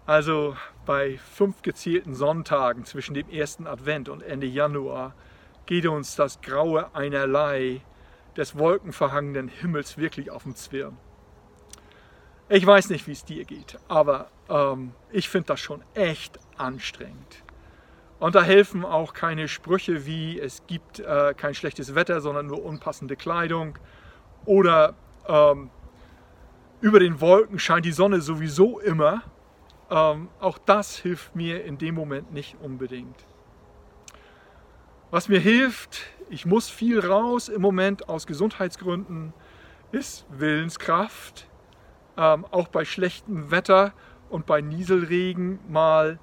Also bei 5 gezählten Sonntagen zwischen dem ersten Advent und Ende Januar geht uns das graue Einerlei des wolkenverhangenen Himmels wirklich auf den Zwirn. Ich weiß nicht, wie es dir geht, aber ich finde das schon echt anstrengend. Und da helfen auch keine Sprüche wie, es gibt kein schlechtes Wetter, sondern nur unpassende Kleidung. Oder über den Wolken scheint die Sonne sowieso immer. Auch das hilft mir in dem Moment nicht unbedingt. Was mir hilft, ich muss viel raus im Moment aus Gesundheitsgründen, ist Willenskraft. Auch bei schlechtem Wetter und bei Nieselregen mal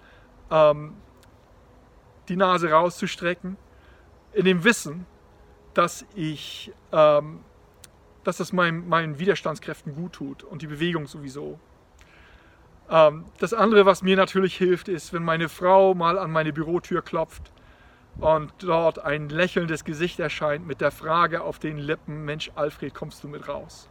die Nase rauszustrecken, in dem Wissen, dass das meinen Widerstandskräften gut tut und die Bewegung sowieso. Das andere, was mir natürlich hilft, ist, wenn meine Frau mal an meine Bürotür klopft und dort ein lächelndes Gesicht erscheint mit der Frage auf den Lippen, Mensch Alfred, kommst du mit raus?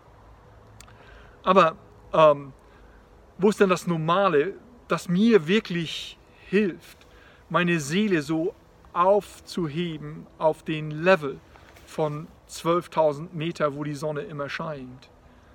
Aber wo ist denn das Normale, das mir wirklich hilft, meine Seele so aufzuheben auf den Level von 12.000 Meter, wo die Sonne immer scheint?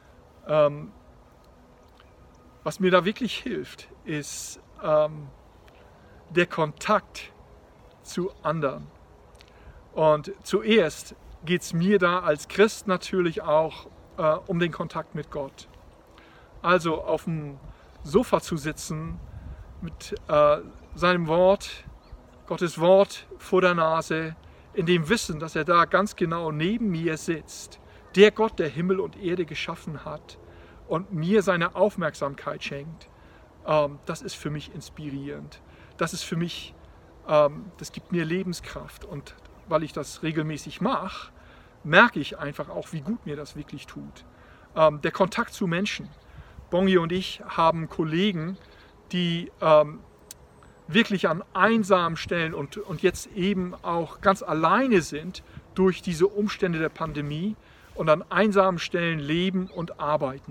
Was mir da wirklich hilft, ist der Kontakt zu anderen. Und zuerst geht es mir da als Christ natürlich auch um den Kontakt mit Gott. Also auf dem Sofa zu sitzen mit seinem Wort, Gottes Wort vor der Nase, in dem Wissen, dass er da ganz genau neben mir sitzt, der Gott, der Himmel und Erde geschaffen hat und mir seine Aufmerksamkeit schenkt, das ist für mich inspirierend. Das ist für mich, das gibt mir Lebenskraft. Und weil ich das regelmäßig mache, merke ich einfach auch, wie gut mir das wirklich tut. Der Kontakt zu Menschen. Bongi und ich haben Kollegen, die wirklich an einsamen Stellen und jetzt eben auch ganz alleine sind durch diese Umstände der Pandemie und an einsamen Stellen leben und arbeiten.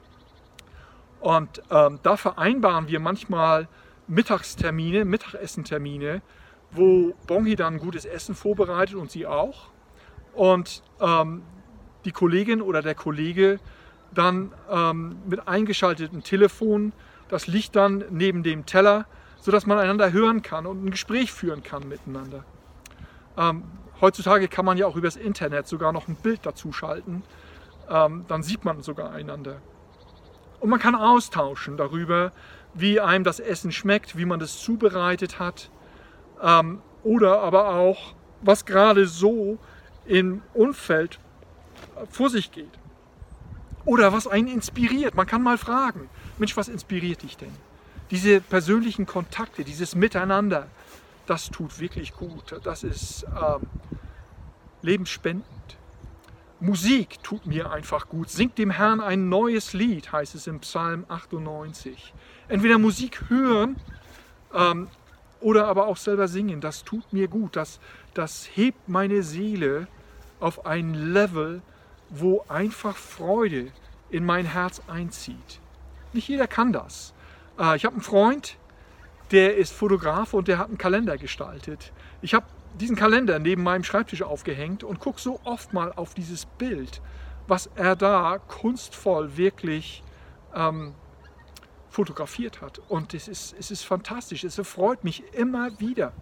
Und da vereinbaren wir manchmal Mittagessentermine, wo Bongi dann gutes Essen vorbereitet und sie auch. Und die Kollegin oder der Kollege dann mit eingeschaltetem Telefon, das liegt dann neben dem Teller, sodass man einander hören kann und ein Gespräch führen kann miteinander. Heutzutage kann man ja auch übers Internet sogar noch ein Bild dazu schalten, dann sieht man sogar einander. Und man kann austauschen darüber, wie einem das Essen schmeckt, wie man das zubereitet hat oder aber auch, was gerade so im Umfeld vor sich geht. Oder was einen inspiriert. Man kann mal fragen, Mensch, was inspiriert dich denn? Diese persönlichen Kontakte, dieses Miteinander, das tut wirklich gut. Das ist lebensspendend. Musik tut mir einfach gut. Singt dem Herrn ein neues Lied, heißt es im Psalm 98. Entweder Musik hören oder aber auch selber singen, das tut mir gut. Das hebt meine Seele auf ein Level, wo einfach Freude in mein Herz einzieht. Nicht jeder kann das. Ich habe einen Freund, der ist Fotograf und der hat einen Kalender gestaltet. Ich habe diesen Kalender neben meinem Schreibtisch aufgehängt und gucke so oft mal auf dieses Bild, was er da kunstvoll wirklich fotografiert hat. Und es ist fantastisch, es erfreut mich immer wieder.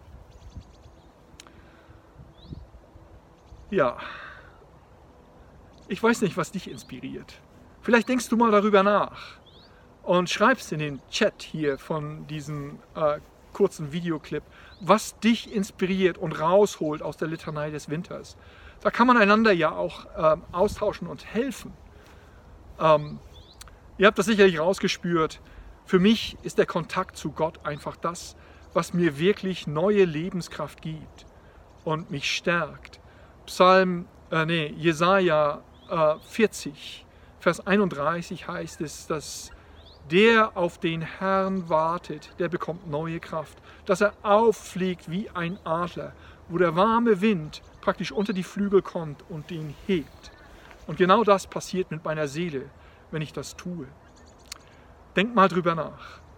Ja, ich weiß nicht, was dich inspiriert. Vielleicht denkst du mal darüber nach und schreibst in den Chat hier von diesem kurzen Videoclip, was dich inspiriert und rausholt aus der Litanei des Winters. Da kann man einander ja auch austauschen und helfen. Ihr habt das sicherlich rausgespürt. Für mich ist der Kontakt zu Gott einfach das, was mir wirklich neue Lebenskraft gibt und mich stärkt. Jesaja 40, Vers 31 heißt es, dass der auf den Herrn wartet, der bekommt neue Kraft, dass er auffliegt wie ein Adler, wo der warme Wind praktisch unter die Flügel kommt und ihn hebt. Und genau das passiert mit meiner Seele, wenn ich das tue. Denk mal drüber nach.